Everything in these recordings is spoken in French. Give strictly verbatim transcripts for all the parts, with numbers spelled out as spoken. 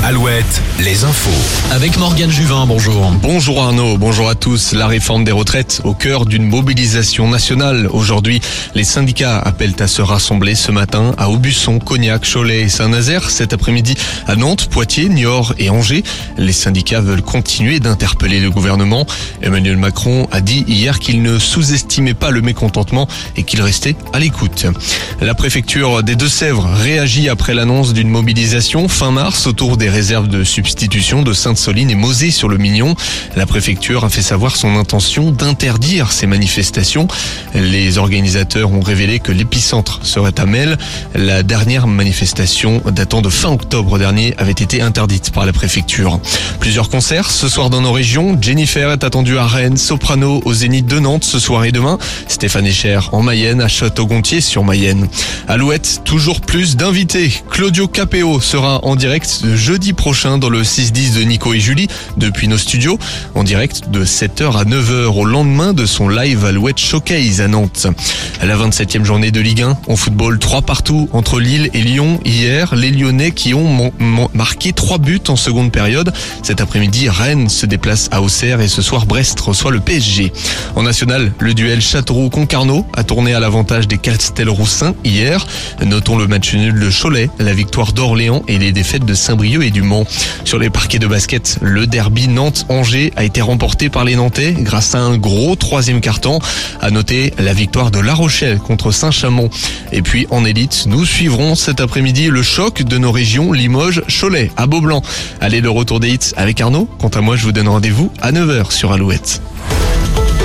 Alouette, les infos. Avec Morgane Juvin, bonjour. Bonjour Arnaud, bonjour à tous. La réforme des retraites au cœur d'une mobilisation nationale. Aujourd'hui, les syndicats appellent à se rassembler ce matin à Aubusson, Cognac, Cholet et Saint-Nazaire. Cet après-midi à Nantes, Poitiers, Niort et Angers. Les syndicats veulent continuer d'interpeller le gouvernement. Emmanuel Macron a dit hier qu'il ne sous-estimait pas le mécontentement et qu'il restait à l'écoute. La préfecture des Deux-Sèvres réagit après l'annonce d'une mobilisation fin mars autour des réserves de substitution de Sainte-Soline et Mauzé-sur-le-Mignon. La préfecture a fait savoir son intention d'interdire ces manifestations. Les organisateurs ont révélé que l'épicentre serait à Melle. La dernière manifestation datant de fin octobre dernier avait été interdite par la préfecture. Plusieurs concerts ce soir dans nos régions. Jennifer est attendue à Rennes, Soprano au Zénith de Nantes ce soir et demain. Stéphane Echer en Mayenne, à Château-Gontier sur Mayenne. Alouette, toujours plus d'invités. Claudio Capéo sera en direct jeudi prochain dans le six dix de Nico et Julie depuis nos studios, en direct de sept heures à neuf heures au lendemain de son live Alouette Showcase à Nantes. À la vingt-septième journée de Ligue un, en football, trois partout entre Lille et Lyon hier. Les Lyonnais qui ont marqué trois buts en seconde période. Cet après-midi, Rennes se déplace à Auxerre et ce soir Brest reçoit le P S G. En national, le duel Châteauroux-Concarneau a tourné à l'avantage des Castelroussins hier. Notons le match nul de Cholet, la victoire d'Orléans et les défaites de Saint-Brieuc et du Mans. Sur les parquets de basket, le derby Nantes-Angers a été remporté par les Nantais grâce à un gros troisième quart-temps. À noter la victoire de La Rochelle contre Saint-Chamond. Et puis en élite, nous suivrons cet après-midi le choc de nos régions Limoges-Cholet à Beaublanc. Allez, le retour des hits avec Arnaud. Quant à moi, je vous donne rendez-vous à neuf heures sur Alouette.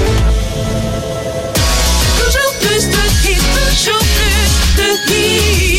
Toujours plus de hits, toujours plus de hits.